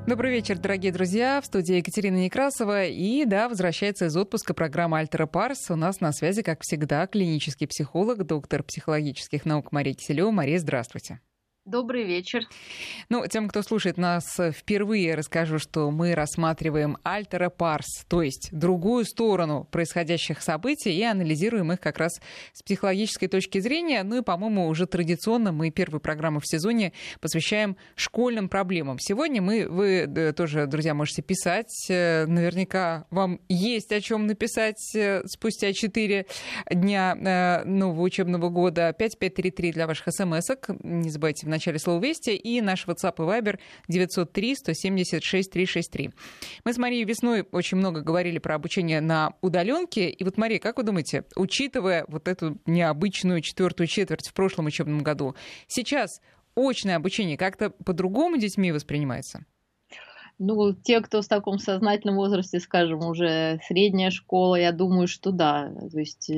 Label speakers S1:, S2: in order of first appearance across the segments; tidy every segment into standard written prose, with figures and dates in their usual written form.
S1: Добрый вечер, дорогие друзья. В студии Екатерина Некрасова. И, да, возвращается из отпуска программа «Альтера Парс». У нас на связи, как всегда, клинический психолог, доктор психологических наук Мария Киселева. Мария, здравствуйте.
S2: Добрый вечер.
S1: Ну, тем, кто слушает нас впервые, расскажу, что мы рассматриваем «Альтера Парс», то есть другую сторону происходящих событий, и анализируем их как раз с психологической точки зрения. Ну и, по-моему, уже традиционно мы первую программу в сезоне посвящаем школьным проблемам. Сегодня вы тоже, друзья, можете писать. Наверняка вам есть о чем написать спустя 4 дня нового учебного года. 5533 для ваших смс-ок. Не забывайте в начале слова «Вести», и наш WhatsApp и Viber 903-176-363. Мы с Марией весной очень много говорили про обучение на удаленке. И вот, Мария, как вы думаете, учитывая вот эту необычную четвертую четверть в прошлом учебном году, сейчас очное обучение как-то по-другому детьми воспринимается?
S2: Ну, те, кто в таком сознательном возрасте, скажем, уже средняя школа, я думаю, что да. То есть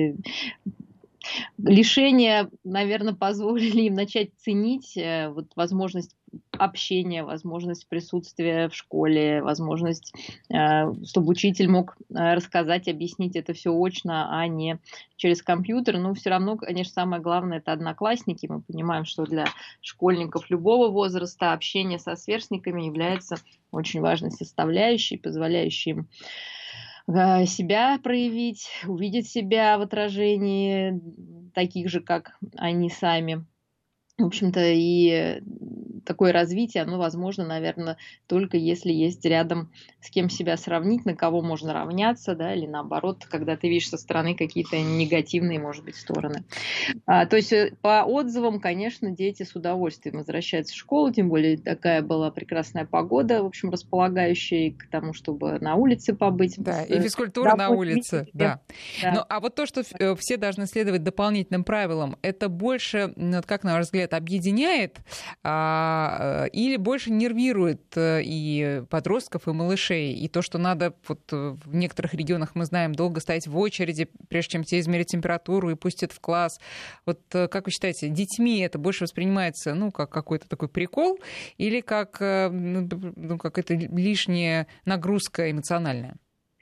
S2: лишения, наверное, позволили им начать ценить вот возможность общения, возможность присутствия в школе, возможность, чтобы учитель мог рассказать, объяснить это все очно, а не через компьютер. Но все равно, конечно, самое главное — это одноклассники. Мы понимаем, что для школьников любого возраста общение со сверстниками является очень важной составляющей, позволяющей им себя проявить, увидеть себя в отражении таких же, как они сами. В общем-то, и такое развитие, оно возможно, наверное, только если есть рядом с кем себя сравнить, на кого можно равняться, да, или наоборот, когда ты видишь со стороны какие-то негативные, может быть, стороны. То есть по отзывам, конечно, дети с удовольствием возвращаются в школу, тем более такая была прекрасная погода, в общем, располагающая к тому, чтобы на улице побыть.
S1: Да, и физкультура на улице, да. Ну, а вот то, что все должны следовать дополнительным правилам, это больше, как на ваш взгляд, объединяет или больше нервирует и подростков, и малышей? И то, что надо, вот в некоторых регионах, мы знаем, долго стоять в очереди, прежде чем тебе измерить температуру и пустят в класс. Вот как вы считаете, детьми это больше воспринимается, ну, как какой-то такой прикол или как, какая-то лишняя нагрузка эмоциональная?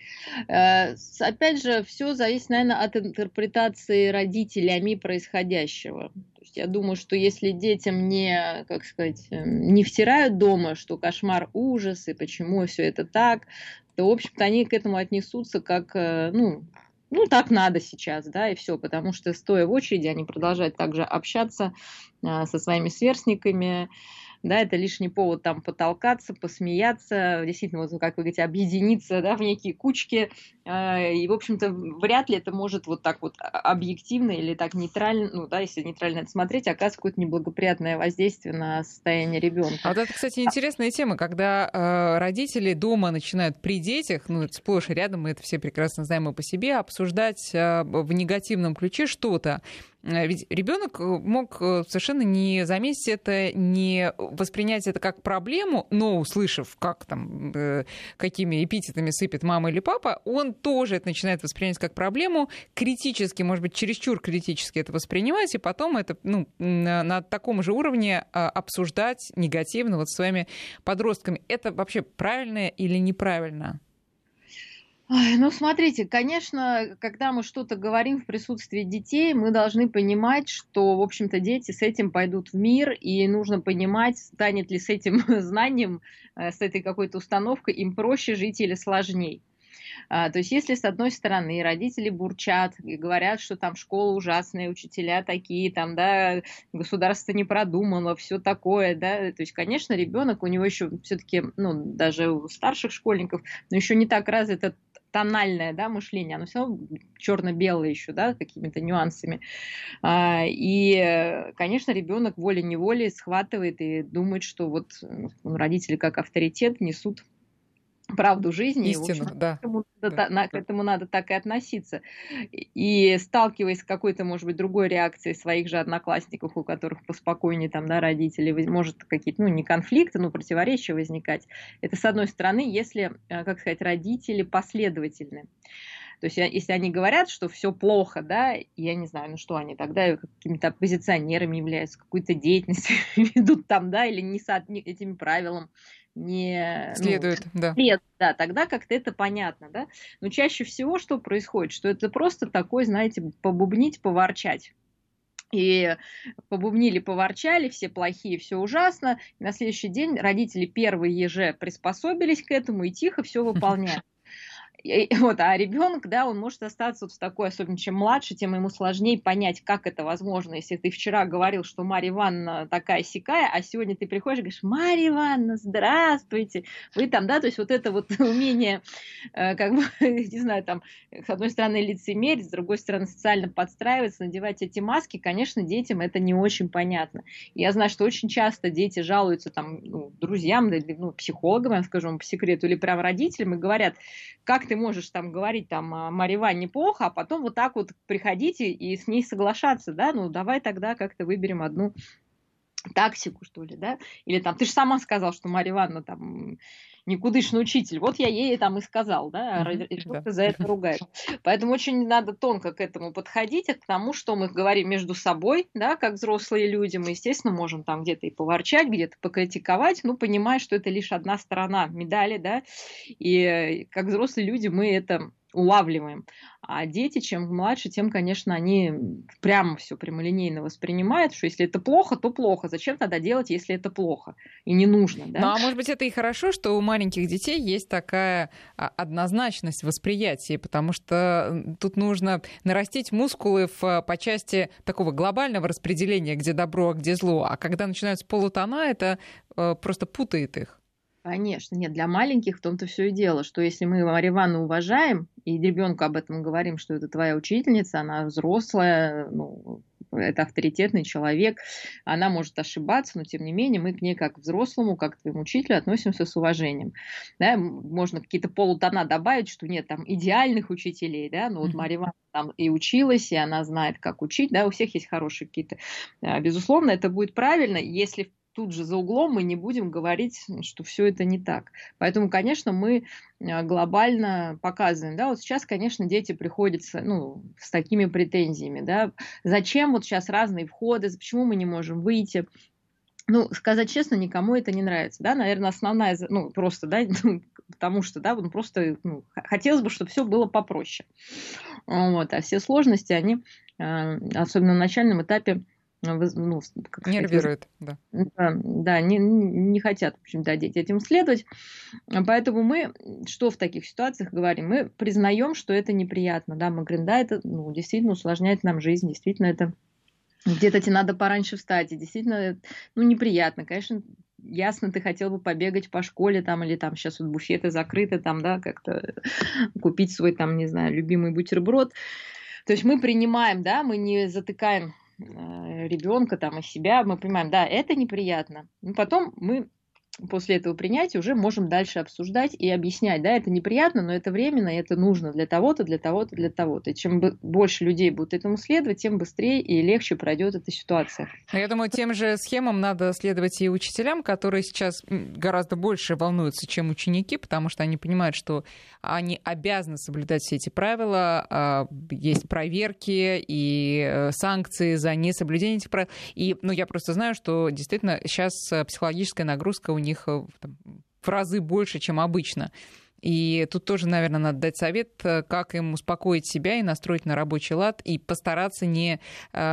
S2: Опять же, все зависит, наверное, от интерпретации родителями происходящего. То есть я думаю, что если детям не, как сказать, не втирают дома, что кошмар, ужас, и почему все это так, то, в общем-то, они к этому отнесутся как, ну, так надо сейчас, да, и все, потому что, стоя в очереди, они продолжают также общаться со своими сверстниками. Да, это лишний повод там потолкаться, посмеяться, действительно, вот, как вы говорите, объединиться, да, в некие кучки. И, в общем-то, вряд ли это может вот так вот объективно или так нейтрально, ну да, если нейтрально это смотреть, оказывать какое-то неблагоприятное воздействие на состояние ребенка.
S1: А вот это, кстати, интересная тема, когда родители дома начинают при детях, ну, это сплошь и рядом, мы это все прекрасно знаем и по себе, обсуждать в негативном ключе что-то. Ведь ребенок мог совершенно не заметить это, не воспринять это как проблему, но услышав, как там, какими эпитетами сыпет мама или папа, он тоже это начинает воспринимать как проблему, критически, может быть, чересчур критически это воспринимать, и потом это, ну, на таком же уровне обсуждать негативно вот с своими подростками. Это вообще правильно или неправильно?
S2: Ну, смотрите, конечно, когда мы что-то говорим в присутствии детей, мы должны понимать, что, в общем-то, дети с этим пойдут в мир, и нужно понимать, станет ли с этим знанием, с этой какой-то установкой им проще жить или сложней. То есть если, с одной стороны, родители бурчат и говорят, что там школа ужасная, учителя такие, там, да, государство не продумало, все такое, да, то есть, конечно, ребенок, у него еще все-таки, ну, даже у старших школьников, но еще не так развито тональное, да, мышление, оно все равно черно-белое еще, да, какими-то нюансами. И, конечно, ребенок волей-неволей схватывает и думает, что вот родители как авторитет несут правду жизни,
S1: Истину,
S2: и, в общем,
S1: да.
S2: к этому надо так и относиться. И сталкиваясь с какой-то, может быть, другой реакцией своих же одноклассников, у которых поспокойнее там, да, родители, может какие-то, ну, не конфликты, но противоречия возникать. Это, с одной стороны, если, как сказать, родители последовательны. То есть, если они говорят, что все плохо, да, я не знаю, ну что они тогда какими-то оппозиционерами являются, какую-то деятельность ведут там, да, или не этими правилам не
S1: Следует, да.
S2: да, тогда как-то это понятно, да. Но чаще всего что происходит, что это просто такой, знаете, побубнить, поворчать. И побубнили, поворчали, все плохие, все ужасно. И на следующий день родители первые же приспособились к этому и тихо все выполняют. Вот, а ребенок, да, он может остаться вот в такой, особенно чем младше, тем ему сложнее понять, как это возможно. Если ты вчера говорил, что Марья Ивановна такая-сякая, а сегодня ты приходишь и говоришь: Марья Ивановна, здравствуйте, вы там, да, то есть вот это вот умение, как бы, не знаю, там, с одной стороны лицемерить, с другой стороны социально подстраиваться, надевать эти маски, конечно, детям это не очень понятно. Я знаю, что очень часто дети жалуются там, ну, друзьям, ну, психологам, я скажу вам по секрету, или прям родителям, и говорят: как ты можешь там говорить там Марье Ивановне плохо, а потом вот так вот приходить и с ней соглашаться, да, ну давай тогда как-то выберем одну тактику, что ли, да, или там, ты же сама сказал, что Марья Ивановна там никудышный учитель, вот я ей там и сказал, да, и что-то за это ругает. Поэтому очень надо тонко к этому подходить, к тому, что мы говорим между собой, да, как взрослые люди, мы, естественно, можем там где-то и поворчать, где-то покритиковать, но понимая, что это лишь одна сторона медали, да, и как взрослые люди мы это улавливаем. А дети, чем младше, тем, конечно, они прямо все прямолинейно воспринимают, что если это плохо, то плохо. Зачем тогда делать, если это плохо и не нужно? Да?
S1: Ну, а может быть, это и хорошо, что у маленьких детей есть такая однозначность восприятия, потому что тут нужно нарастить мускулы по части такого глобального распределения, где добро, а где зло. А когда начинаются полутона, это просто путает их.
S2: Конечно, нет, для маленьких в том-то все и дело, что если мы Марью Ивановну уважаем, и ребенку об этом говорим, что это твоя учительница, она взрослая, ну, это авторитетный человек, она может ошибаться, но тем не менее мы к ней как к взрослому, как к твоему учителю относимся с уважением. Да, можно какие-то полутона добавить, что нет там идеальных учителей, да, но вот Марья Ивановна там и училась, и она знает, как учить, да, у всех есть хорошие какие-то, безусловно, это будет правильно, если тут же за углом мы не будем говорить, что все это не так. Поэтому, конечно, мы глобально показываем. Да, вот сейчас, конечно, дети приходят с такими претензиями. Да, зачем вот сейчас разные входы, почему мы не можем выйти? Ну, сказать честно, никому это не нравится. Да, наверное, основная, ну, просто, да, потому что, да, просто хотелось бы, чтобы все было попроще. Вот, а все сложности, они, особенно на начальном этапе,
S1: нервирует, да.
S2: Да, не хотят, в общем, дети этим следовать. Поэтому мы что в таких ситуациях говорим? Мы признаем, что это неприятно. Да, мы говорим, да, это действительно усложняет нам жизнь, действительно это где-то тебе надо пораньше встать, и действительно, неприятно. Конечно, ясно, ты хотел бы побегать по школе там, или там сейчас вот буфеты закрыты, там, да, как-то купить свой там, не знаю, любимый бутерброд. То есть мы принимаем, да, мы не затыкаем ребенка там и себя, мы понимаем, да, это неприятно. Но потом мы после этого принятия уже можем дальше обсуждать и объяснять, да, это неприятно, но это временно, и это нужно для того-то, для того-то, для того-то. И чем больше людей будут этому следовать, тем быстрее и легче пройдет эта ситуация.
S1: Я думаю, тем же схемам надо следовать и учителям, которые сейчас гораздо больше волнуются, чем ученики, потому что они понимают, что они обязаны соблюдать все эти правила, есть проверки и санкции за несоблюдение этих правил. И я просто знаю, что действительно сейчас психологическая нагрузка у них в разы больше, чем обычно. И тут тоже, наверное, надо дать совет, как им успокоить себя и настроить на рабочий лад, и постараться не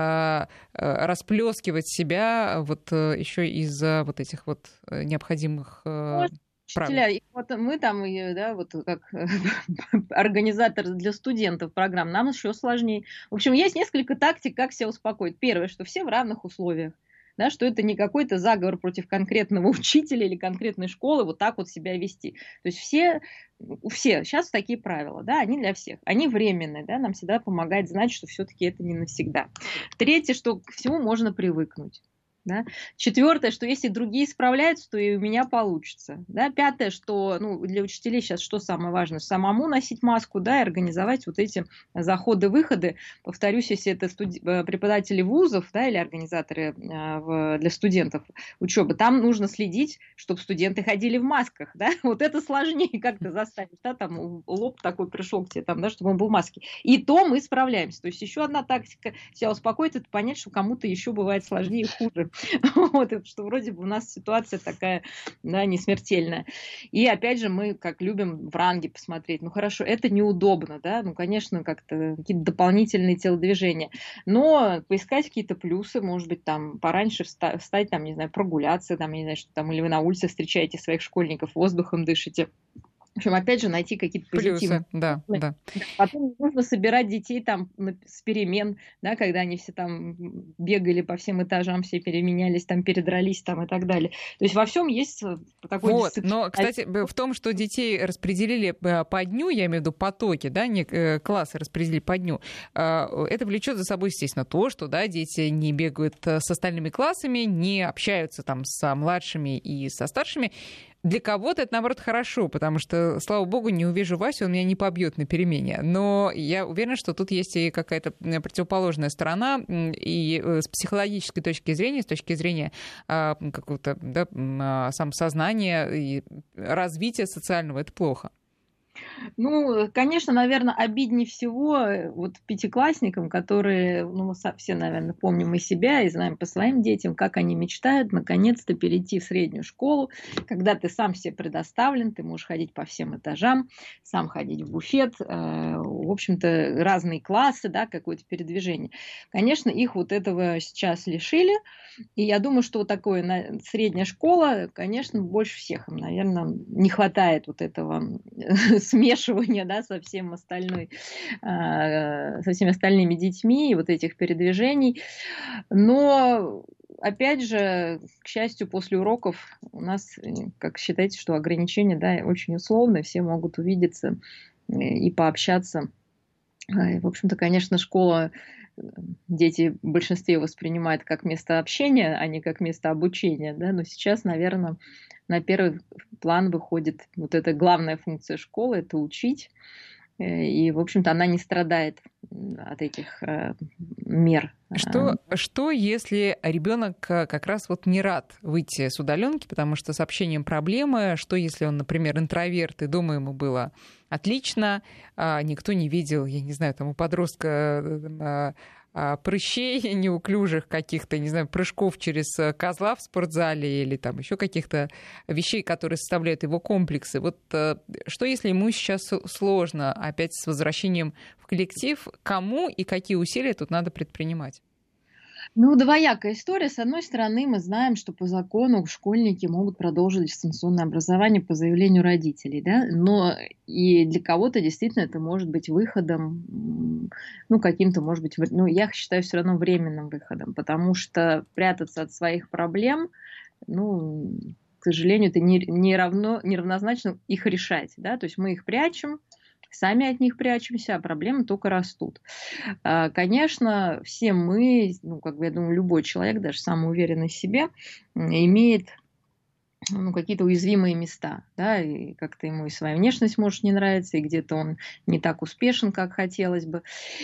S1: расплескивать себя еще из-за вот этих вот необходимых правил.
S2: Учителя, вот мы там, да, вот как организатор для студентов программ, нам еще сложнее. В общем, есть несколько тактик, как себя успокоить. Первое, что все в равных условиях. Да, что это не какой-то заговор против конкретного учителя или конкретной школы вот так вот себя вести. То есть все сейчас такие правила, да, они для всех, они временные, да, нам всегда помогает знать, что все-таки это не навсегда. Третье, что к всему можно привыкнуть. Да? Четвертое, что если другие справляются, то и у меня получится. Да? Пятое, что для учителей сейчас что самое важное? Самому носить маску, да, и организовать вот эти заходы-выходы. Повторюсь, если это преподаватели вузов, да, или организаторы для студентов учебы, там нужно следить, чтобы студенты ходили в масках. Да? Вот это сложнее как-то заставить. Да? Там лоб такой пришел к тебе, там, да, чтобы он был в маске. И то мы справляемся. То есть еще одна тактика себя успокоить, это понять, что кому-то еще бывает сложнее и хуже. Вот, что вроде бы у нас ситуация такая, да, не смертельная. И опять же, мы как любим в ранге посмотреть. Ну хорошо, это неудобно, да, ну, конечно, как-то какие-то дополнительные телодвижения. Но поискать какие-то плюсы, может быть, там пораньше встать, там, не знаю, прогуляться, там, я не знаю, что там, или вы на улице встречаете своих школьников, воздухом дышите. В общем, опять же, найти какие-то позитивные.
S1: Плюсы, да, да.
S2: Потом нужно собирать детей там с перемен, да, когда они все там бегали по всем этажам, все переменялись, там передрались там и так далее. То есть во всем есть такой
S1: Вот,
S2: дисциплин.
S1: но, кстати, в том, что детей распределили по дню, я имею в виду потоки, да, не классы распределили по дню, это влечет за собой, естественно, то, что, да, дети не бегают с остальными классами, не общаются там с младшими и со старшими. Для кого-то это, наоборот, хорошо, потому что, слава богу, не увижу Васю, он меня не побьет на перемене. Но я уверена, что тут есть и какая-то противоположная сторона, и с психологической точки зрения, с точки зрения какого-то, да, самосознания и развития социального, это плохо.
S2: Ну, конечно, наверное, обиднее всего вот пятиклассникам, которые, ну, мы все, наверное, помним и себя, и знаем по своим детям, как они мечтают наконец-то перейти в среднюю школу, когда ты сам себе предоставлен, ты можешь ходить по всем этажам, сам ходить в буфет, в общем-то, разные классы, да, какое-то передвижение. Конечно, их вот этого сейчас лишили, и я думаю, что вот такое средняя школа, конечно, больше всех им, наверное, не хватает вот этого смешивания, да, со всем остальной, со всеми остальными детьми и вот этих передвижений. Но опять же, к счастью, после уроков у нас, как считайте, что ограничения, да, очень условные, все могут увидеться и пообщаться. И, в общем-то, конечно, школа дети в большинстве воспринимают как место общения, а не как место обучения, да, но сейчас, наверное, на первый план выходит вот эта главная функция школы – это учить, и, в общем-то, она не страдает от этих мер.
S1: Что, если ребенок как раз вот не рад выйти с удаленки, потому что с общением проблемы? Что, если он, например, интроверт, и дома ему было отлично, никто не видел, я не знаю, там у подростка прыщей неуклюжих каких-то, не знаю, прыжков через козла в спортзале или там еще каких-то вещей, которые составляют его комплексы. Вот что, если ему сейчас сложно опять с возвращением в коллектив, кому и какие усилия тут надо предпринимать?
S2: Ну, двоякая история. С одной стороны, мы знаем, что по закону школьники могут продолжить дистанционное образование по заявлению родителей, да, но и для кого-то действительно это может быть выходом, ну, каким-то, может быть, ну, я считаю, все равно временным выходом, потому что прятаться от своих проблем, ну, к сожалению, это не равнозначно их решать, да, то есть мы их прячем, сами от них прячемся, а проблемы только растут. Конечно, все мы, ну, как бы, я думаю, любой человек, даже самый уверенный в себе, имеет, ну, какие-то уязвимые места, да, и как-то ему и своя внешность может не нравиться, и где-то он не так успешен, как хотелось бы.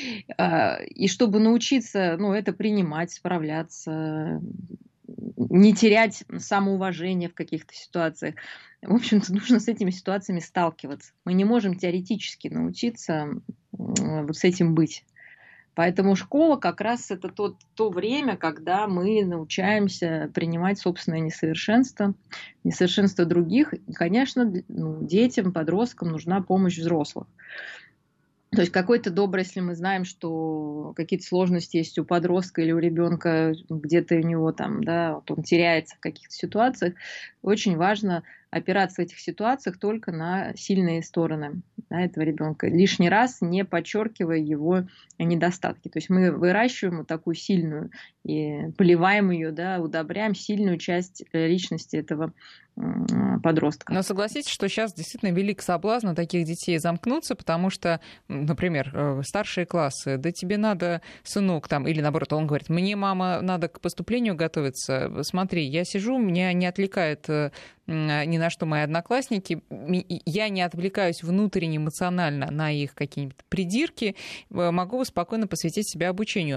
S2: И чтобы научиться, ну, это принимать, справляться, не терять самоуважение в каких-то ситуациях. В общем-то, нужно с этими ситуациями сталкиваться. Мы не можем теоретически научиться вот с этим быть. Поэтому школа как раз это то время, когда мы научаемся принимать собственное несовершенство, несовершенство других. И, конечно, детям, подросткам нужна помощь взрослых. То есть какой-то добрый, если мы знаем, что какие-то сложности есть у подростка или у ребенка, где-то у него там, да, вот он теряется в каких-то ситуациях, очень важно опираться в этих ситуациях только на сильные стороны, да, этого ребенка, лишний раз не подчеркивая его недостатки. То есть мы выращиваем вот такую сильную и поливаем ее, да, удобряем сильную часть личности этого подростка.
S1: Но согласитесь, что сейчас действительно велик соблазн на таких детей замкнуться, потому что, например, старшие классы, да тебе надо, сынок, там, или наоборот, он говорит, мне, мама, надо к поступлению готовиться, смотри, я сижу, меня не отвлекает ни на что мои одноклассники, я не отвлекаюсь внутренне эмоционально на их какие-нибудь придирки, могу спокойно посвятить себя обучению.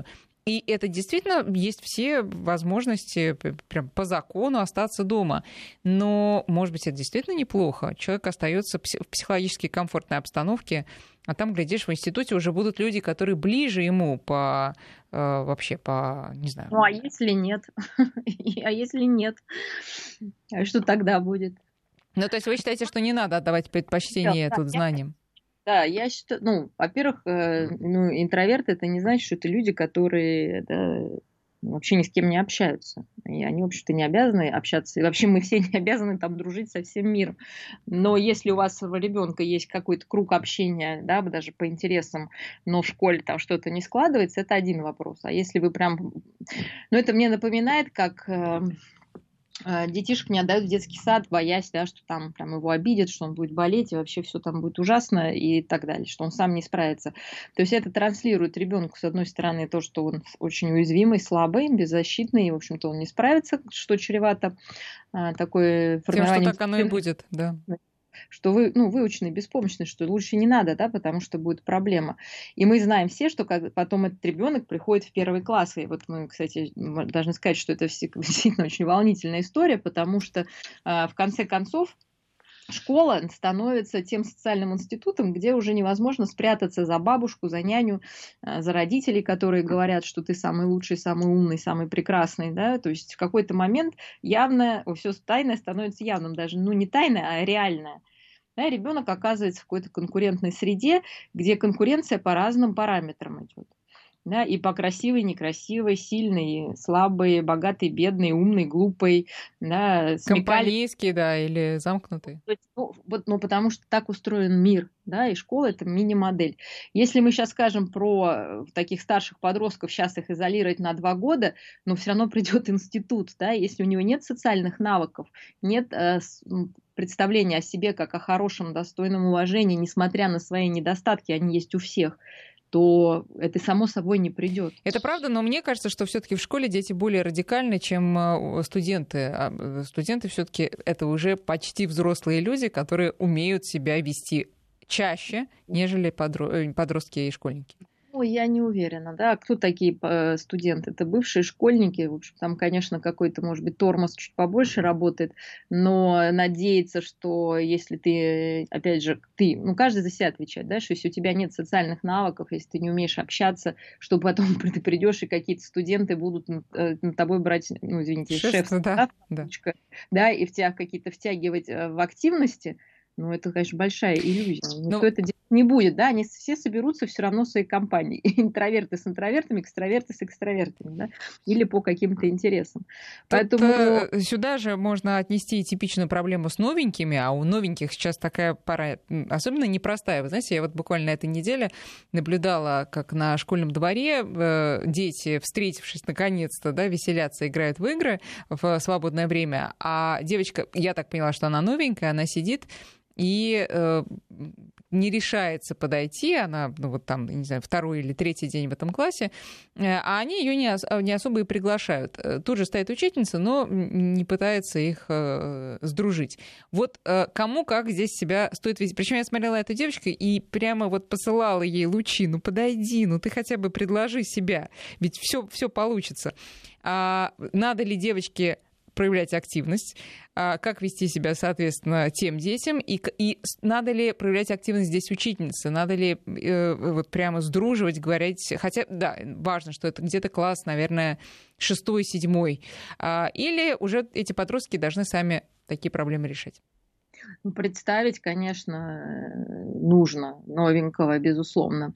S1: И это действительно есть все возможности прям по закону остаться дома. Но, может быть, это действительно неплохо. Человек остается в психологически комфортной обстановке, а там, глядишь, в институте уже будут люди, которые ближе ему вообще по, не знаю.
S2: Ну, а если нет? А если нет? Что тогда будет?
S1: Ну, то есть вы считаете, что не надо отдавать предпочтение тут знаниям?
S2: Да, я считаю, ну, во-первых, интроверты это не значит, что это люди, которые вообще ни с кем не общаются. И они, в общем-то, не обязаны общаться. И вообще мы все не обязаны там дружить со всем миром. Но если у вас у ребенка есть какой-то круг общения, да, даже по интересам, но в школе там что-то не складывается, это один вопрос. А если вы прям... Ну, это мне напоминает, как... детишек не отдают в детский сад, боясь, да, что там прям его обидят, что он будет болеть, и вообще все там будет ужасно и так далее, что он сам не справится. То есть это транслирует ребенку, с одной стороны, то, что он очень уязвимый, слабый, беззащитный, и, в общем-то, он не справится, что чревато такое формирование...
S1: Тем, что так оно и будет, да.
S2: Что вы, выученный, беспомощный, что лучше не надо, да, потому что будет проблема. И мы знаем все, что потом этот ребенок приходит в первый класс. И вот мы, кстати, должны сказать, что это действительно очень волнительная история, потому что в конце концов школа становится тем социальным институтом, где уже невозможно спрятаться за бабушку, за няню, за родителей, которые говорят, что ты самый лучший, самый умный, самый прекрасный. Да? То есть в какой-то момент явно все тайное становится явным. Даже не тайное, а реальное. Да, ребенок оказывается в какой-то конкурентной среде, где конкуренция по разным параметрам идет. Да, и по красивой, некрасивой, сильной, слабой, богатой, бедной, умной, глупой. Да,
S1: компанейский, да, или замкнутый.
S2: Потому что так устроен мир, да, и школа – это мини-модель. Если мы сейчас скажем про таких старших подростков, сейчас их изолировать на 2 года, но все равно придет институт, да, если у него нет социальных навыков, нет представления о себе как о хорошем, достойном уважении, несмотря на свои недостатки, они есть у всех, то это само собой не придет.
S1: Это правда, но мне кажется, что все-таки в школе дети более радикальны, чем студенты. А студенты все-таки это уже почти взрослые люди, которые умеют себя вести чаще, нежели подростки и школьники.
S2: Ой, я не уверена, да. Кто такие студенты? Это бывшие школьники. В общем, там, конечно, какой-то, может быть, тормоз чуть побольше работает, но надеяться, что если ты, опять же, каждый за себя отвечает, да, что если у тебя нет социальных навыков, если ты не умеешь общаться, что потом ты придешь и какие-то студенты будут над тобой брать, извините, шефство, да, и в тебя какие-то втягивать в активности. Это, конечно, большая иллюзия. Никто это делать не будет, да, они все соберутся все равно в своей компании. Интроверты с интровертами, экстраверты с экстравертами, да, или по каким-то интересам.
S1: Поэтому сюда же можно отнести типичную проблему с новенькими, а у новеньких сейчас такая пора особенно непростая. Вы знаете, я вот буквально на этой неделе наблюдала, как на школьном дворе дети, встретившись наконец-то, да, веселятся, играют в игры в свободное время, а девочка, я так поняла, что она новенькая, она сидит и не решается подойти, она, там, не знаю, 2-й или 3-й день в этом классе, а они ее не особо и приглашают. Тут же стоит учительница, но не пытается их сдружить. Вот кому как здесь себя стоит вести. Причем я смотрела эту девочку и прямо посылала ей лучи. Подойди, ты хотя бы предложи себя, ведь все получится. А надо ли девочке проявлять активность, как вести себя, соответственно, тем детям, и надо ли проявлять активность здесь учительницы, надо ли прямо сдруживать, говорить, хотя, да, важно, что это где-то класс, наверное, 6-й, 7-й, или уже эти подростки должны сами такие проблемы решать?
S2: Представить, конечно, нужно новенького, безусловно.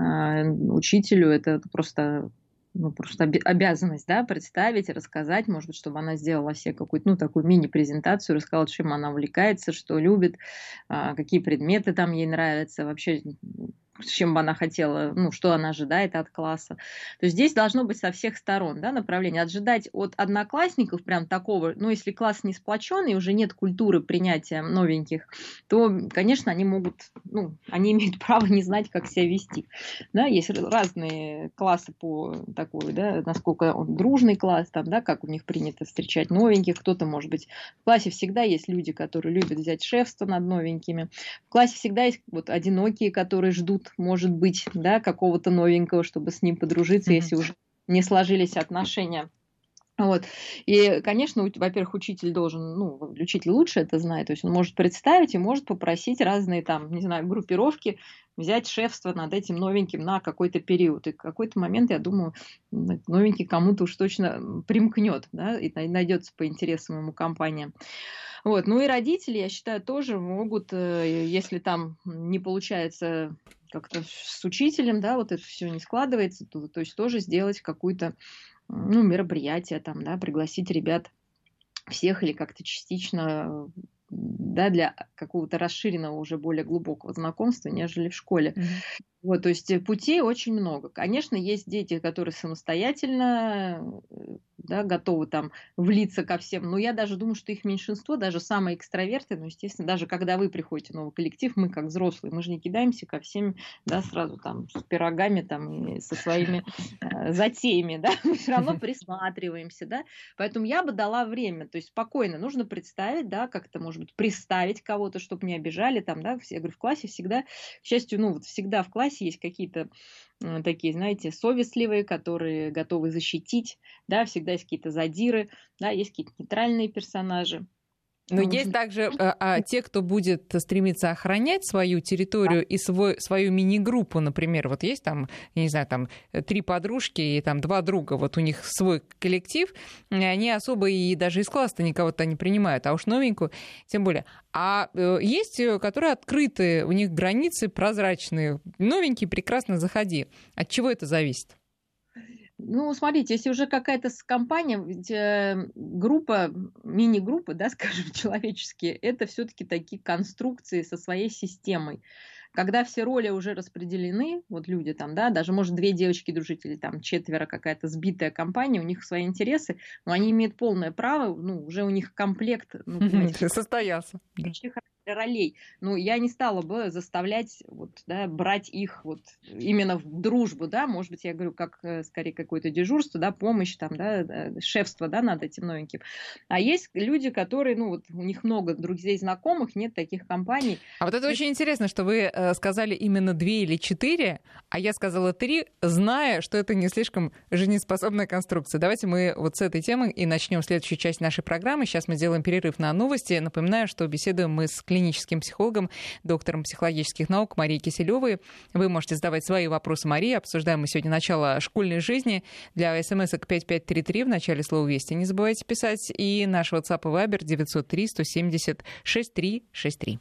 S2: Учителю это просто обязанность, да, представить, рассказать, может быть, чтобы она сделала себе какую-то, такую мини-презентацию, рассказала, чем она увлекается, что любит, какие предметы там ей нравятся, вообще, с чем бы она хотела, что она ожидает от класса. То есть здесь должно быть со всех сторон, да, направление. Ожидать от одноклассников прям такого, если класс не сплочен и уже нет культуры принятия новеньких, то, конечно, они могут, они имеют право не знать, как себя вести. Да, есть разные классы по такой, да, насколько он дружный класс, там, да, как у них принято встречать новеньких. Кто-то, может быть, в классе всегда есть люди, которые любят взять шефство над новенькими. В классе всегда есть одинокие, которые ждут, может быть, да, какого-то новенького, чтобы с ним подружиться, если уже не сложились отношения. Вот. И, конечно, во-первых, учитель должен, учитель лучше это знает, то есть он может представить и может попросить разные там, не знаю, группировки взять шефство над этим новеньким на какой-то период. И в какой-то момент, я думаю, новенький кому-то уж точно примкнет, да, и найдется по интересам ему компания. Вот. Ну и родители, я считаю, тоже могут, если там не получается как-то с учителем, да, вот это все не складывается, то есть тоже сделать какую-то мероприятие, там, да, пригласить ребят всех или как-то частично, да, для какого-то расширенного, уже более глубокого знакомства, нежели в школе. Вот, то есть путей очень много. Конечно, есть дети, которые самостоятельно, да, готовы там влиться ко всем, но я даже думаю, что их меньшинство, даже самые экстраверты, естественно, даже когда вы приходите в новый коллектив, мы как взрослые, мы же не кидаемся ко всем, да, сразу там с пирогами там и со своими затеями, да, мы все равно присматриваемся, да, поэтому я бы дала время, то есть спокойно, нужно представить, да, как-то, может быть, представить кого-то, чтобы не обижали там, да, я говорю, в классе всегда, к счастью, всегда в классе есть какие-то такие, знаете, совестливые, которые готовы защитить, да, всегда есть какие-то задиры, да, есть какие-то нейтральные персонажи.
S1: Но есть также те, кто будет стремиться охранять свою территорию и свою мини-группу, например. Вот есть там, я не знаю, там 3 подружки и там 2 друга, вот у них свой коллектив, они особо и даже из класса никого-то не принимают, а уж новенькую тем более. А есть, которые открыты, у них границы прозрачные. Новенький, прекрасно заходи. От чего это зависит?
S2: Смотрите, если уже какая-то компания, ведь группа, мини-группы, да, скажем, человеческие, это все-таки такие конструкции со своей системой. Когда все роли уже распределены, вот люди там, да, даже, может, 2 девочки дружить, или там 4, какая-то сбитая компания, у них свои интересы, но они имеют полное право, уже у них комплект,
S1: состоялся.
S2: Ролей. Я не стала бы заставлять, брать их именно в дружбу, да, может быть, я говорю, как скорее какое-то дежурство, да, помощь, там, да, шефство, да, над этим новеньким. А есть люди, которые, у них много друзей, знакомых, нет таких компаний.
S1: А вот это очень интересно, что вы сказали именно 2 или 4, а я сказала 3, зная, что это не слишком жизнеспособная конструкция. Давайте мы вот с этой темы и начнем следующую часть нашей программы. Сейчас мы сделаем перерыв на новости. Напоминаю, что беседуем мы с клиническим психологом, доктором психологических наук Марией Киселевой. Вы можете задавать свои вопросы Марии. Обсуждаем мы сегодня начало школьной жизни. Для смс-ок 5533 в начале слова «Вести» не забывайте писать. И наш WhatsApp и Viber 903 170 6363.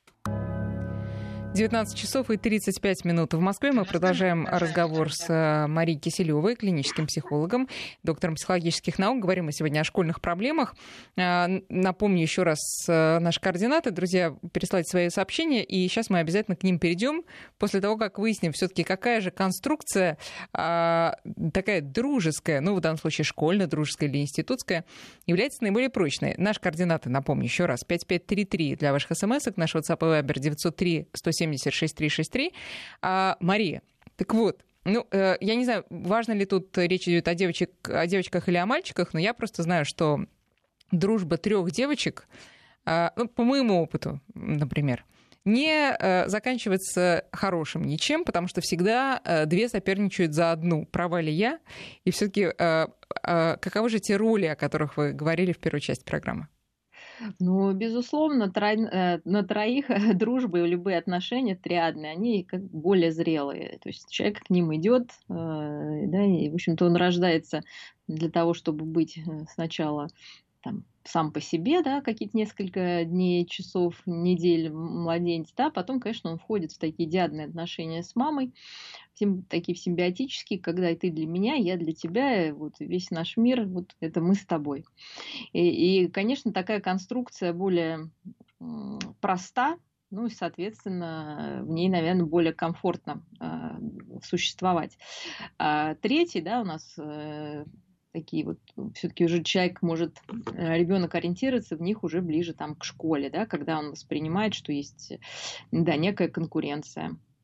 S1: 19 часов и 35 минут в Москве. Мы продолжаем разговор с Марией Киселевой, клиническим психологом, доктором психологических наук. Говорим мы сегодня о школьных проблемах. Напомню еще раз наши координаты. Друзья, переслать свои сообщения, и сейчас мы обязательно к ним перейдем после того, как выясним все-таки, какая же конструкция такая дружеская, в данном случае школьная, дружеская или институтская, является наиболее прочной. Наши координаты, напомню еще раз, 5533 для ваших смс-ок, наш WhatsApp и Viber 903 170 6363. Мария, так вот, я не знаю, важно ли тут речь идет о девочках или о мальчиках, но я просто знаю, что дружба 3 девочек, по моему опыту, например, не заканчивается хорошим ничем, потому что всегда 2 соперничают за одну. Права ли я? И все-таки каковы же те роли, о которых вы говорили в первой части программы?
S2: Безусловно, на 3 дружбы и любые отношения триадные, они как более зрелые. То есть человек к ним идет, да, и, в общем-то, он рождается для того, чтобы быть сначала там, сам по себе, да, какие-то несколько дней, часов, недель младенец, да, потом, конечно, он входит в такие диадные отношения с мамой, такие симбиотические, когда и ты для меня, я для тебя, весь наш мир, это мы с тобой. И, конечно, такая конструкция более проста, и, соответственно, в ней, наверное, более комфортно существовать. 3, да, у нас такие все-таки уже человек может, ребенок ориентироваться в них уже ближе к школе, да, когда он воспринимает, что есть, да, некая конкуренция.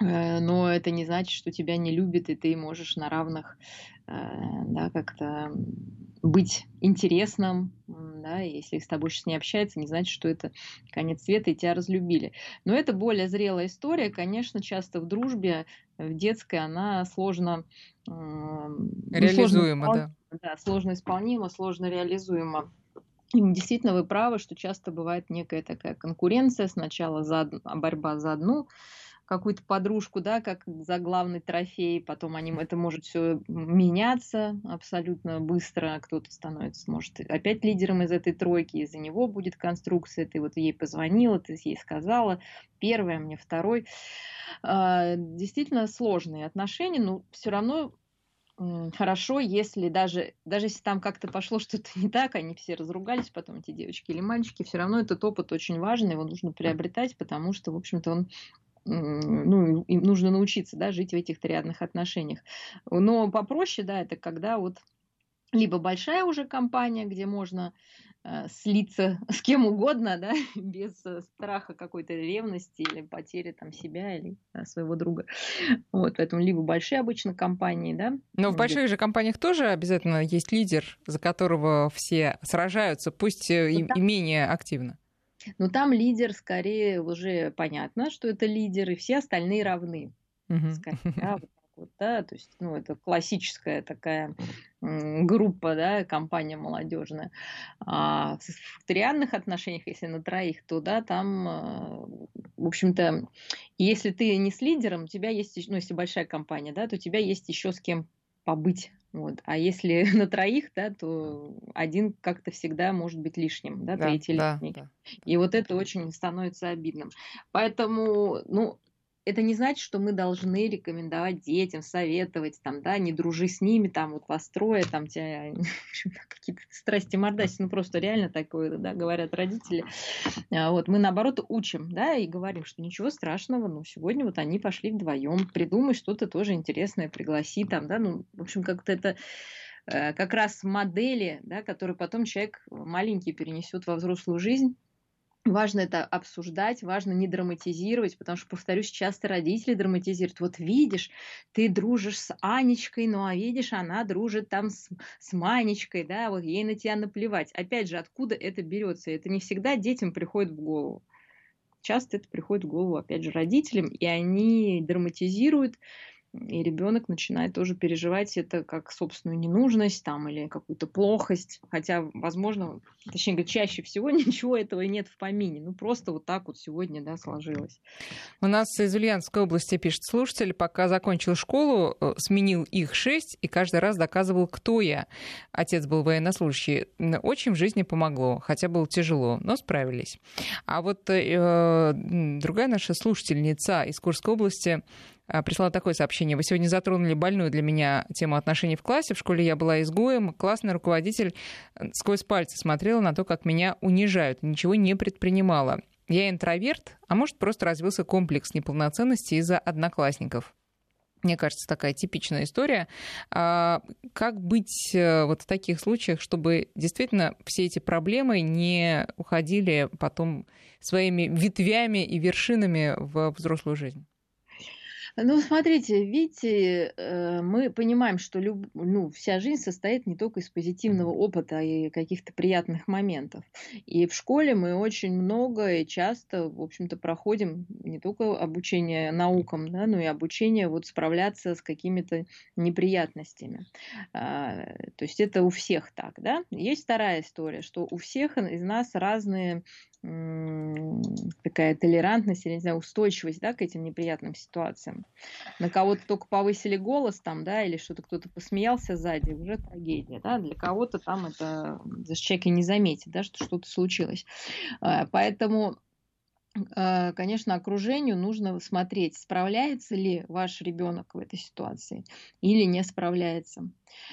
S2: но это не значит, что тебя не любят, и ты можешь на равных, да, как-то быть интересным, да, и если с тобой сейчас не общаются, не значит, что это конец света и тебя разлюбили. Но это более зрелая история, конечно, часто в дружбе, в детской она сложно, ну, сложно
S1: Реализуемо,
S2: исполнима,
S1: да.
S2: да, сложно исполнима, сложно реализуема. И действительно, вы правы, что часто бывает некая такая конкуренция, сначала борьба за одну какую-то подружку, да, как за главный трофей, потом это может все меняться абсолютно быстро, кто-то становится, может, опять лидером из этой тройки, из-за него будет конструкция, ты вот ей позвонила, ты ей сказала, первая, мне второй. Действительно сложные отношения, но все равно хорошо, если даже если там как-то пошло что-то не так, они все разругались потом, эти девочки или мальчики, все равно этот опыт очень важный, его нужно приобретать, потому что, в общем-то, он ну, им нужно научиться, да, жить в этих триадных отношениях. Но попроще, да, это когда вот либо большая уже компания, где можно слиться с кем угодно, да, без страха какой-то ревности или потери там себя или своего друга. Вот, поэтому либо большие обычно компании, да,
S1: Но в
S2: где
S1: больших же компаниях тоже обязательно есть лидер, за которого все сражаются, пусть и менее активно.
S2: но там лидер скорее уже понятно, что это лидер, и все остальные равны. Скорее, да, вот так вот, да, то есть, ну, это классическая такая группа, да, компания молодежная. А в триадных отношениях, если на троих, то, да, там, в общем-то, если ты не с лидером, у тебя есть, ну, если большая компания, да, то у тебя есть еще с кем побыть. Вот. А если на троих, да, то один как-то всегда может быть лишним, да,
S1: Да,
S2: третий
S1: да,
S2: лишний.
S1: да.
S2: И вот это очень становится обидным. Поэтому, ну, это не значит, что мы должны рекомендовать детям, советовать, там, да, не дружи с ними, там, вот вас трое, там, тебя какие-то страсти мордаси, ну, просто реально такое, да, говорят родители. Вот, мы, наоборот, учим, да, и говорим, что ничего страшного, ну, сегодня вот они пошли вдвоем, придумай что-то тоже интересное, пригласи, там, да, ну, в общем, как-то это как раз модели, да, которые потом человек маленький перенесет во взрослую жизнь. Важно это обсуждать, важно не драматизировать, потому что, повторюсь, часто родители драматизируют. Вот видишь, ты дружишь с Анечкой, ну а видишь, она дружит там с Манечкой, да, вот ей на тебя наплевать. Опять же, откуда это берется? Это не всегда детям приходит в голову. Часто это приходит в голову, опять же, родителям, и они драматизируют, и ребенок начинает тоже переживать это как собственную ненужность там, или какую-то плохость. Хотя, возможно, точнее говоря, чаще всего ничего этого и нет в помине. Ну, просто вот так вот сегодня, да, сложилось.
S1: У нас из Ульяновской области пишет слушатель, пока закончил школу, сменил их 6 и каждый раз доказывал, кто я. Отец был военнослужащий. Очень в жизни помогло, хотя было тяжело, но справились. А вот другая наша слушательница из Курской области прислала такое сообщение. Вы сегодня затронули больную для меня тему отношений в классе. В школе я была изгоем. Классный руководитель сквозь пальцы смотрела на то, как меня унижают. Ничего не предпринимала. Я интроверт, а может, просто развился комплекс неполноценности из-за одноклассников. Мне кажется, такая типичная история. Как быть вот в таких случаях, чтобы действительно все эти проблемы не уходили потом своими ветвями и вершинами в взрослую жизнь?
S2: Ну, смотрите, видите, мы понимаем, что вся жизнь состоит не только из позитивного опыта и каких-то приятных моментов. И в школе мы очень много и часто, в общем-то, проходим не только обучение наукам, да, но и обучение вот справляться с какими-то неприятностями. То есть это у всех так, да. Есть вторая история, что у всех из нас разные такая толерантность или, не знаю, устойчивость, да, к этим неприятным ситуациям. На кого-то только повысили голос там, да, или что-то кто-то посмеялся сзади, уже трагедия, да, для кого-то там это даже человек и не заметит, да, что что-то случилось. Поэтому, конечно, окружению нужно смотреть, справляется ли ваш ребенок в этой ситуации или не справляется,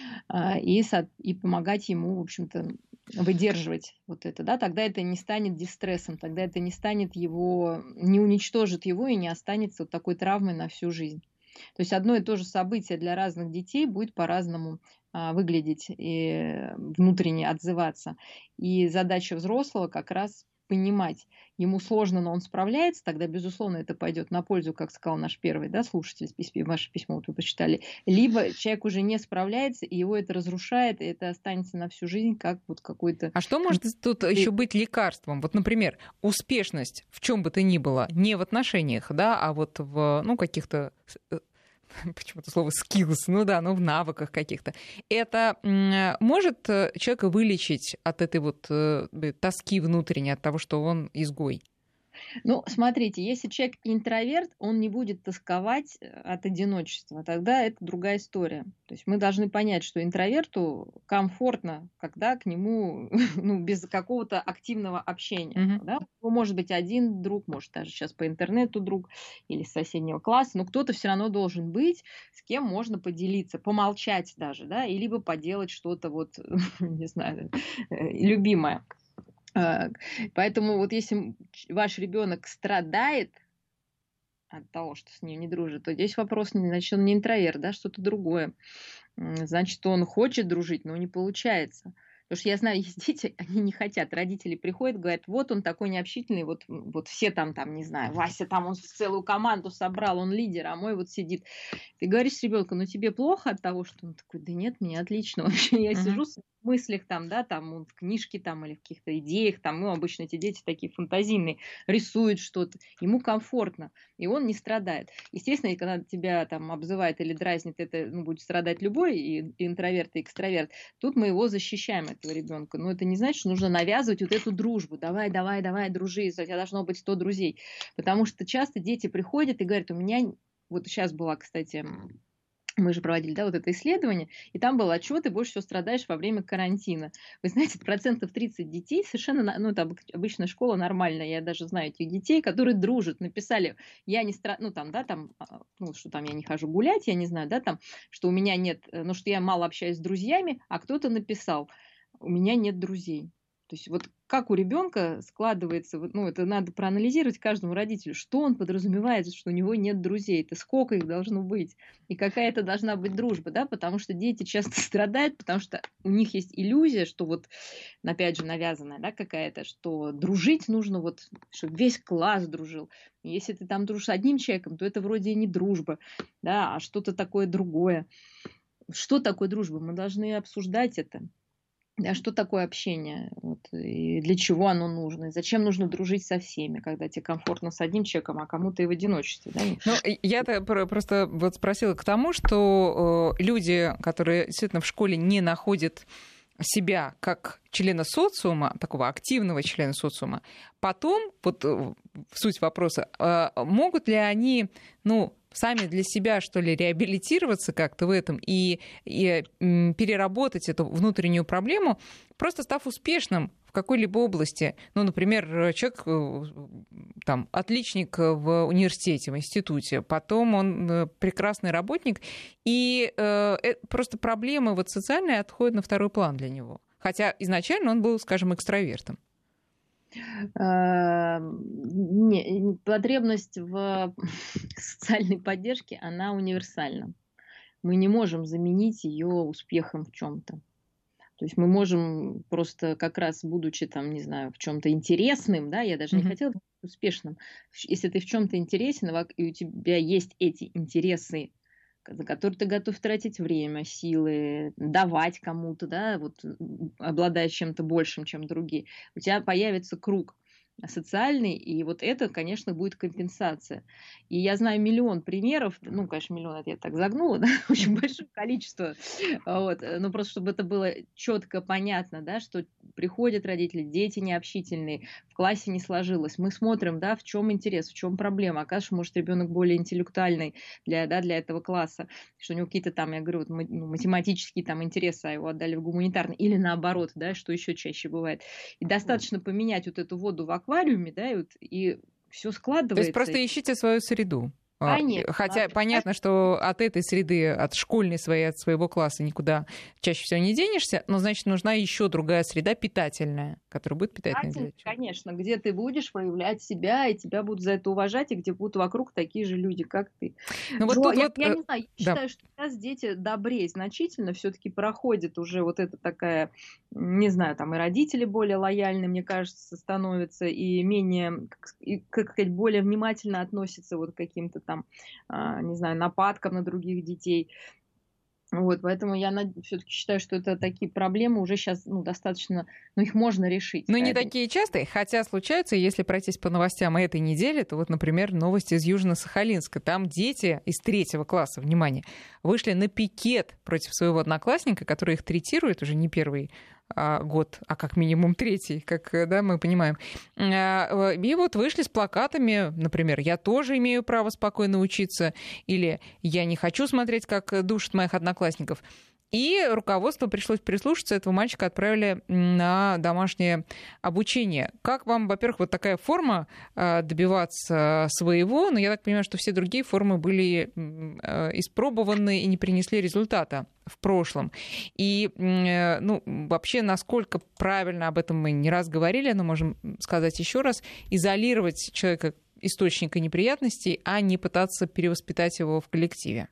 S2: и помогать ему, в общем-то, выдерживать вот это, да, тогда это не станет дистрессом, тогда это не станет его, не уничтожит его и не останется вот такой травмой на всю жизнь. То есть одно и то же событие для разных детей будет по-разному выглядеть и внутренне отзываться. И задача взрослого как раз понимать, ему сложно, но он справляется, тогда, безусловно, это пойдет на пользу, как сказал наш первый, да, слушатель, ваше письмо вот вы прочитали. Либо человек уже не справляется, и его это разрушает, и это останется на всю жизнь, как вот какой-то...
S1: А что может тут еще быть лекарством? Вот, например, успешность в чем бы то ни было, не в отношениях, да, а вот в, ну, каких-то... Почему-то слово skills, ну да, ну в навыках каких-то. Это может человека вылечить от этой вот тоски внутренней, от того, что он изгой?
S2: Ну, смотрите, если человек интроверт, он не будет тосковать от одиночества, тогда это другая история. То есть мы должны понять, что интроверту комфортно, когда к нему ну, без какого-то активного общения. Да? Может быть один друг, может даже сейчас по интернету друг или с соседнего класса, но кто-то все равно должен быть, с кем можно поделиться, помолчать даже, да, и либо поделать что-то вот, не знаю, любимое. Поэтому вот если ваш ребенок страдает от того, что с ним не дружит, то здесь вопрос, значит, он не интроверт, да, что-то другое. Значит, он хочет дружить, но не получается. Потому что я знаю, есть дети, они не хотят. Родители приходят, говорят, вот он такой необщительный, вот все там, не знаю, Вася там, он целую команду собрал, он лидер, а мой вот сидит. Ты говоришь с ребенком, ну тебе плохо от того, что он такой, да нет, мне отлично. Вообще я сижу в мыслях там, да, там в книжке там или в каких-то идеях, там, ну обычно эти дети такие фантазийные, рисуют что-то, ему комфортно, и он не страдает. Естественно, когда тебя там обзывает или дразнит, это будет страдать любой, и интроверт, и экстраверт. Тут мы его защищаем, этого ребенка. Но это не значит, что нужно навязывать вот эту дружбу. Давай, дружи, у тебя должно быть 100 друзей. Потому что часто дети приходят и говорят, у меня... Вот сейчас была, кстати... Мы же проводили, да, вот это исследование, и там был отчет, и больше всего страдаешь во время карантина. Вы знаете, 30% детей совершенно, ну, это обычная школа нормальная, я даже знаю этих детей, которые дружат, написали, я не ну, там, да, там, ну, что там я не хожу гулять, я не знаю, да, там, что у меня нет, ну, что я мало общаюсь с друзьями, а кто-то написал, у меня нет друзей. То есть вот как у ребенка складывается, ну, это надо проанализировать каждому родителю, что он подразумевает, что у него нет друзей, это сколько их должно быть, и какая это должна быть дружба, да, потому что дети часто страдают, потому что у них есть иллюзия, что вот, опять же, навязанная, да, какая-то, что дружить нужно вот, чтобы весь класс дружил. И если ты там дружишь с одним человеком, то это вроде и не дружба, да, а что-то такое другое. Что такое дружба? Мы должны обсуждать это. А что такое общение? Вот, и для чего оно нужно? И зачем нужно дружить со всеми, когда тебе комфортно с одним человеком, а кому-то и в одиночестве? Да?
S1: Ну, я-то просто вот спросила к тому, что люди, которые действительно в школе не находят себя как члена социума, такого активного члена социума, потом, вот суть вопроса, могут ли они, ну, сами для себя, что ли, реабилитироваться как-то в этом и переработать эту внутреннюю проблему, просто став успешным в какой-либо области. Ну, например, человек там, отличник в университете, в институте, потом он прекрасный работник, и просто проблемы вот социальные отходят на второй план для него. Хотя изначально он был, скажем, экстравертом.
S2: Потребность в социальной поддержке, она универсальна. Мы не можем заменить ее успехом в чем-то. То есть мы можем просто как раз, будучи там, не знаю, в чем-то интересным, да, я даже не хотела быть успешным. Если ты в чем-то интересен, и у тебя есть эти интересы, за который ты готов тратить время, силы, давать кому-то, да, вот обладая чем-то большим, чем другие, у тебя появится круг социальный, и вот это, конечно, будет компенсация. И я знаю миллион примеров, ну, конечно, миллион, это я так загнула, да, очень большое количество, вот, но просто чтобы это было четко понятно, да, что приходят родители, дети необщительные, в классе не сложилось, мы смотрим, да, в чем интерес, в чем проблема, оказывается, может, ребенок более интеллектуальный для этого класса, что у него какие-то там, я говорю, вот, математические там интересы, а его отдали в гуманитарный, или наоборот, да, что еще чаще бывает. И достаточно поменять вот эту воду в аквариуме, да, и все складывается.
S1: То есть просто ищите свою среду.
S2: Конечно.
S1: Хотя понятно, что от этой среды, от школьной своей, от своего класса никуда чаще всего не денешься, но, значит, нужна еще другая среда питательная, которая будет питательной для человека.
S2: Конечно, где ты будешь проявлять себя, и тебя будут за это уважать, и где будут вокруг такие же люди, как ты.
S1: Ну, вот
S2: Джо,
S1: тут
S2: я не знаю, я считаю, что сейчас дети добрее значительно все-таки проходит уже вот это такая, не знаю, там и родители более лояльны, мне кажется, становятся, и менее, как сказать, более внимательно относятся вот к каким-то там, не знаю, нападкам на других детей. Вот, поэтому я все-таки считаю, что это такие проблемы уже сейчас достаточно, их можно решить.
S1: Но не такие частые, хотя случаются, если пройтись по новостям этой недели, то вот, например, новости из Южно-Сахалинска. Там дети из 3 класса, внимание, вышли на пикет против своего одноклассника, который их третирует уже не первый год, а как минимум 3, как мы понимаем. И вот вышли с плакатами, например, «Я тоже имею право спокойно учиться» или «Я не хочу смотреть, как душат моих одноклассников». И руководству пришлось прислушаться, этого мальчика отправили на домашнее обучение. Как вам, во-первых, вот такая форма добиваться своего? Но я так понимаю, что все другие формы были испробованы и не принесли результата в прошлом. И вообще, насколько правильно, об этом мы не раз говорили, но можем сказать еще раз, изолировать человека источника неприятностей, а не пытаться перевоспитать его в коллективе.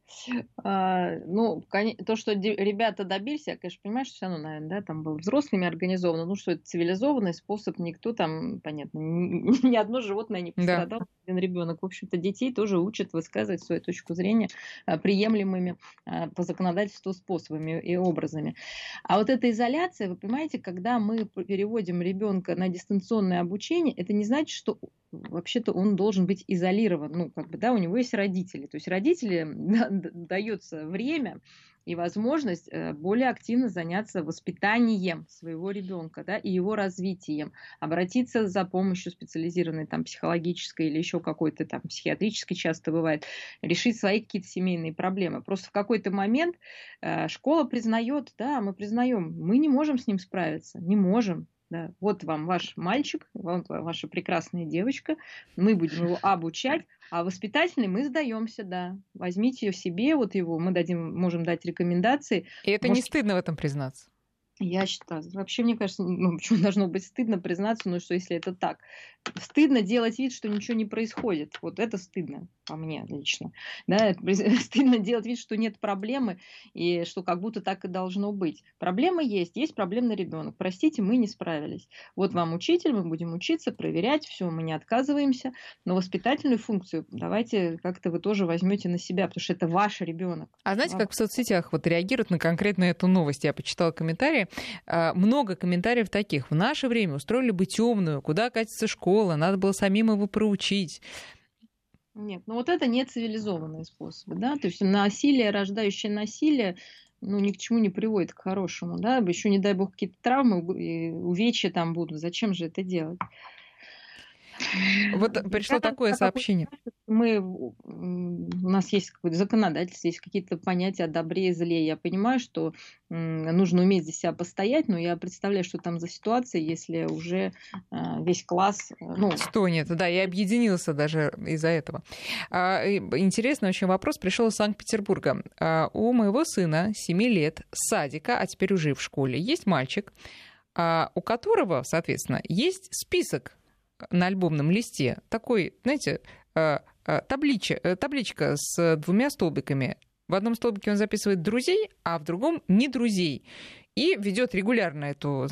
S2: То, что ребята добились, я, конечно, понимаю, что все равно, наверное, там было взрослыми организовано, что это цивилизованный способ, никто там, понятно, ни одно животное не пострадало, один ребенок. В общем-то, детей тоже учат высказывать свою точку зрения приемлемыми по законодательству способами и образами. А вот эта изоляция, вы понимаете, когда мы переводим ребенка на дистанционное обучение, это не значит, что вообще-то он должен быть изолирован. У него есть родители. То есть родители дается время и возможность более активно заняться воспитанием своего ребенка, и его развитием, обратиться за помощью специализированной психологической или еще какой-то психиатрической, часто бывает, решить свои какие-то семейные проблемы. Просто в какой-то момент школа признает, мы признаем, мы не можем с ним справиться, не можем. Да, вот вам ваш мальчик, вот ваша прекрасная девочка, мы будем его обучать, а воспитательный мы сдаемся, возьмите ее себе, вот его, мы можем дать рекомендации.
S1: И это не стыдно в этом признаться?
S2: Я считаю, вообще, мне кажется, почему должно быть стыдно признаться, что если это так. Стыдно делать вид, что ничего не происходит. Вот это стыдно по мне лично. Стыдно делать вид, что нет проблемы, и что как будто так и должно быть. Проблема есть проблемный ребенок. Простите, мы не справились. Вот вам учитель, мы будем учиться, проверять, все, мы не отказываемся, но воспитательную функцию давайте как-то вы тоже возьмете на себя, потому что это ваш ребенок.
S1: А знаете, как в соцсетях реагируют на конкретно эту новость? Я почитала комментарии. Много комментариев таких. В наше время устроили бы темную, куда катится школа, надо было самим его проучить.
S2: Нет, вот это не цивилизованные способы, то есть насилие, рождающее насилие, ни к чему не приводит к хорошему, еще не дай бог какие-то травмы, увечья там будут, зачем же это делать?
S1: Вот пришло такое сообщение.
S2: У нас есть какое-то законодательство, есть какие-то понятия о добре и зле. Я понимаю, что нужно уметь за себя постоять, но я представляю, что там за ситуация, если уже весь класс...
S1: Стонет, и объединился даже из-за этого. Интересный очень вопрос пришел из Санкт-Петербурга. У моего сына 7 лет, с садика, а теперь уже в школе, есть мальчик, у которого, соответственно, есть список на альбомном листе, такой, знаете, табличка с 2 столбиками. В одном столбике он записывает друзей, а в другом не друзей. И ведет регулярно эту,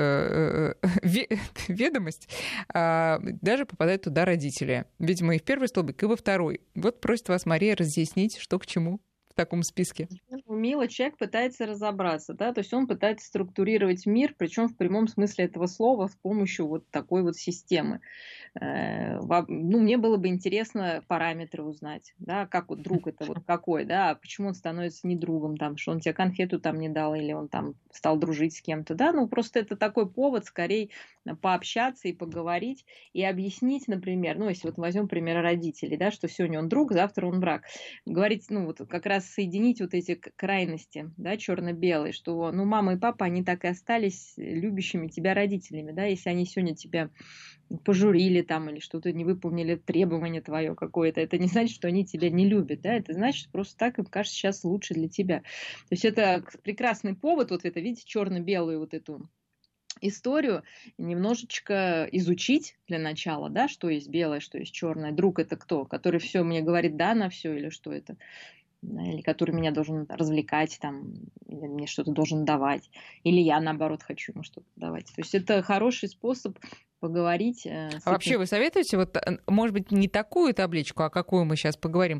S1: ведомость. Даже попадают туда родители. Видимо, и в первый столбик, и во второй. Вот просит вас Мария разъяснить, что к чему в таком списке.
S2: Милый человек пытается разобраться, то есть он пытается структурировать мир, причем в прямом смысле этого слова, с помощью вот такой вот системы. Мне было бы интересно параметры узнать, как вот друг это вот какой, почему он становится не другом, что он тебе конфету не дал, или он стал дружить с кем-то, просто это такой повод скорее пообщаться и поговорить, и объяснить, например, если вот возьмем пример родителей, что сегодня он друг, завтра он враг. Говорить, как раз раз соединить вот эти крайности, да, черно-белые, что, ну, мама и папа, они так и остались любящими тебя родителями, да, если они сегодня тебя пожурили там или что-то не выполнили требование твое какое-то, это не значит, что они тебя не любят, да, это значит просто так им кажется сейчас лучше для тебя. То есть это прекрасный повод, вот это, видите, черно-белую вот эту историю немножечко изучить для начала, да, что есть белое, что есть черное. Друг это кто? Который все мне говорит да на все или что это? Да, или который меня должен развлекать, там, или мне что-то должен давать, или я, наоборот, хочу ему что-то давать. То есть это хороший способ поговорить.
S1: А вообще вы советуете, вот, может быть, не такую табличку, а какую мы сейчас поговорим,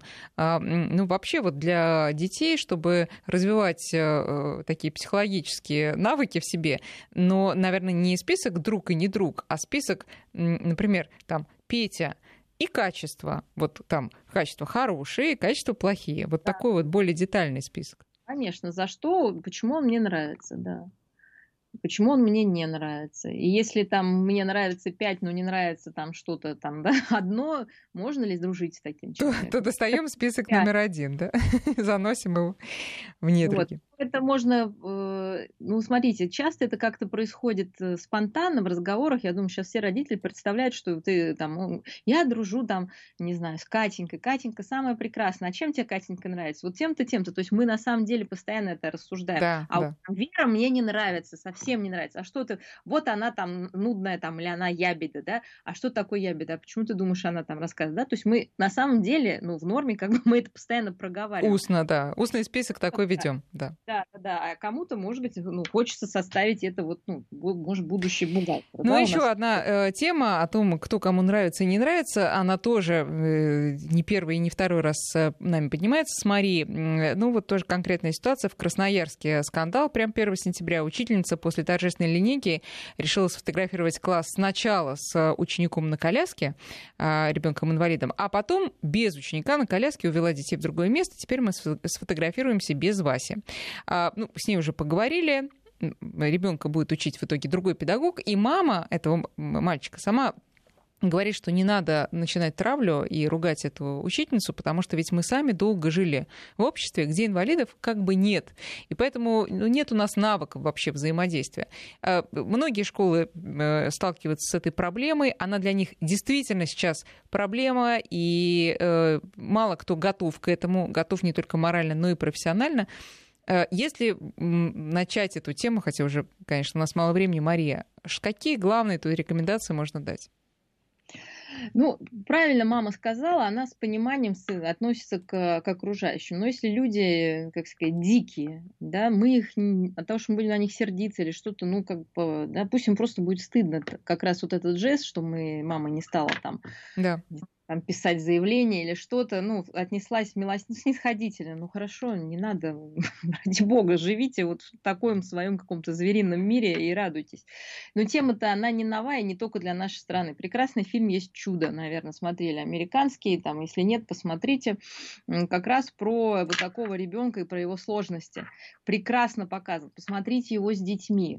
S1: ну, вообще вот для детей, чтобы развивать такие психологические навыки в себе, но, наверное, не список друг и не друг, а список, например, там, Петя, и качество, вот там качество хорошие, качество плохие. Вот да. Такой вот более детальный список.
S2: Конечно, за что, почему он мне нравится, да. Почему он мне не нравится. И если там мне нравится 5, но не нравится там что-то там, да, одно, можно ли дружить с таким человеком?
S1: То достаем список номер 1, да, заносим его в недруги.
S2: Вот. Это можно, ну, смотрите, часто это как-то происходит спонтанно в разговорах. Я думаю, сейчас все родители представляют, что ты там, я дружу там, не знаю, с Катенькой. Катенька самая прекрасная. А чем тебе Катенька нравится? Вот тем-то, тем-то. То есть мы на самом деле постоянно это рассуждаем.
S1: Да,
S2: а
S1: да.
S2: Вера мне не нравится, совсем не нравится. А что ты, вот она там нудная там, или она ябеда, да? А что такое ябеда? А почему ты думаешь, она там рассказывает? Да? То есть мы на самом деле, ну, в норме, как бы мы это постоянно проговариваем.
S1: Устно, да. Устный список такой ведем, да.
S2: Да, а кому-то, может быть, ну, хочется составить это вот, ну, может, будущий бухгалтер.
S1: Ну,
S2: да,
S1: еще одна тема о том, кто кому нравится и не нравится, она тоже не первый и не второй раз нами поднимается с Марией. Ну, вот тоже конкретная ситуация. В Красноярске скандал. Прям 1 сентября учительница после торжественной линейки решила сфотографировать класс сначала с учеником на коляске, ребенком-инвалидом, а потом без ученика на коляске увела детей в другое место. Теперь мы сфотографируемся без Васи. Ну, с ней уже поговорили, ребенка будет учить в итоге другой педагог, и мама этого мальчика сама говорит, что не надо начинать травлю и ругать эту учительницу, потому что ведь мы сами долго жили в обществе, где инвалидов как бы нет. И поэтому нет у нас навыков вообще взаимодействия. Многие школы сталкиваются с этой проблемой. Она для них действительно сейчас проблема, и мало кто готов к этому, готов не только морально, но и профессионально. Если начать эту тему, хотя уже, конечно, у нас мало времени, Мария, какие главные тут рекомендации можно дать?
S2: Ну, правильно мама сказала, она с пониманием относится к окружающим. Но если люди, как сказать, дикие, да, мы их, от того, что мы будем на них сердиться или что-то, ну, как бы, да, пусть им просто будет стыдно. Как раз вот этот жест, что мама не стала там...
S1: Да.
S2: Там, писать заявление или что-то, ну, отнеслась снисходительно. Ну, хорошо, не надо, ради бога, живите вот в таком своем каком-то зверином мире и радуйтесь. Но тема-то, она не новая, не только для нашей страны. Прекрасный фильм есть «Чудо», наверное, смотрели, американский, там, если нет, посмотрите, как раз про вот такого ребенка и про его сложности. Прекрасно показан. Посмотрите его с детьми.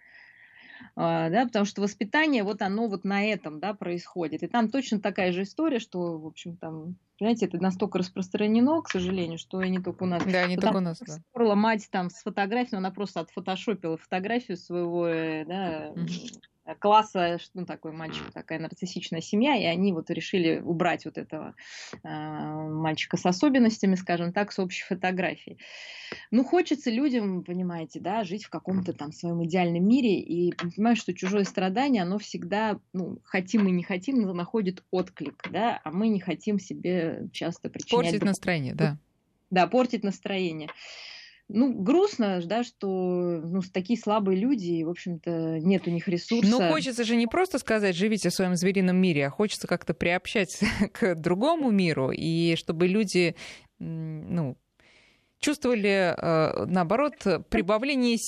S2: Да, потому что воспитание, вот оно вот на этом, да, происходит. И там точно такая же история, что, в общем, там, понимаете, это настолько распространено, к сожалению, что и не только у нас.
S1: Да, не только у нас, да.
S2: Спорила мать там с фотографией, она просто отфотошопила фотографию своего, да, класса, ну, такой мальчик, такая нарциссичная семья, и они вот решили убрать вот этого мальчика с особенностями, скажем так, с общей фотографией. Ну, хочется людям, понимаете, да, жить в каком-то там своем идеальном мире, и понимаешь, что чужое страдание, оно всегда, ну, хотим и не хотим, но находит отклик, да, а мы не хотим себе часто причинять...
S1: Портить настроение, да.
S2: Да, портить настроение. Ну, грустно, да, что ну, такие слабые люди, и, в общем-то, нет у них ресурса.
S1: Но хочется же не просто сказать «живите в своем зверином мире», а хочется как-то приобщать к другому миру, и чтобы люди, ну, чувствовали, наоборот, прибавление сил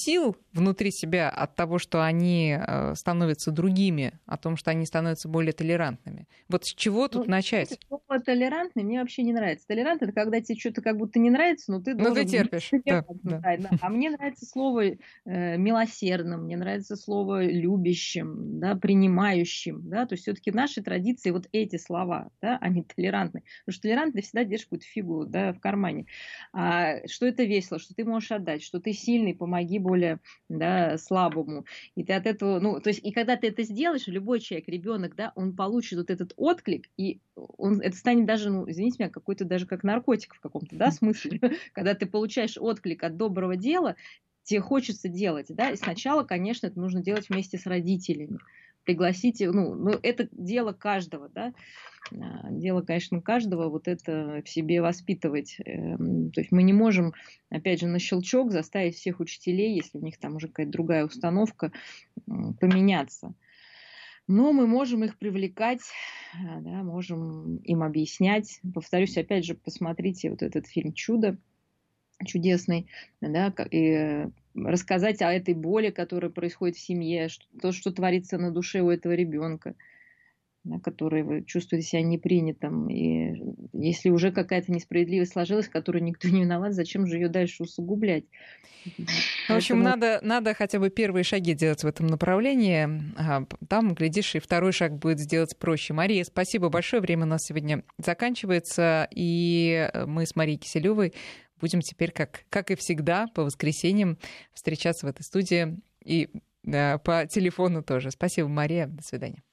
S1: внутри себя от того, что они становятся другими, о том, что они становятся более толерантными. Вот с чего тут начать?
S2: Слово толерантный мне вообще не нравится. Толерант — это когда тебе что-то как будто не нравится, но ты должен...
S1: ты терпишь.
S2: Да. А мне нравится слово милосердным, мне нравится слово любящим, да, принимающим. Да? То есть все-таки наши традиции вот эти слова, да, они толерантны. Потому что толерант ты всегда держишь какую-то фигу, да, в кармане. Что это весело, что ты можешь отдать, что ты сильный, помоги более, да, слабому. И ты от этого, то есть, и когда ты это сделаешь, любой человек, ребенок, да, он получит вот этот отклик, и это станет даже, извините меня, какой-то даже как наркотик в каком-то, да, смысле. Когда ты получаешь отклик от доброго дела, тебе хочется делать, да, и сначала, конечно, это нужно делать вместе с родителями. Пригласите, это дело каждого, да, дело, конечно, каждого вот это в себе воспитывать. То есть мы не можем, опять же, на щелчок заставить всех учителей, если у них там уже какая-то другая установка, поменяться. Но мы можем их привлекать, да, можем им объяснять. Повторюсь, опять же, посмотрите вот этот фильм «Чудо», чудесный, да, и рассказать о этой боли, которая происходит в семье, то, что творится на душе у этого ребенка, да, который вы чувствуете себя непринятым. И если уже какая-то несправедливость сложилась, которую никто не виноват, зачем же ее дальше усугублять?
S1: В общем, надо хотя бы первые шаги делать в этом направлении. Там, глядишь, и второй шаг будет сделать проще. Мария, спасибо большое. Время у нас сегодня заканчивается. И мы с Марией Киселевой будем теперь, как и всегда, по воскресеньям встречаться в этой студии и по телефону тоже. Спасибо, Мария. До свидания.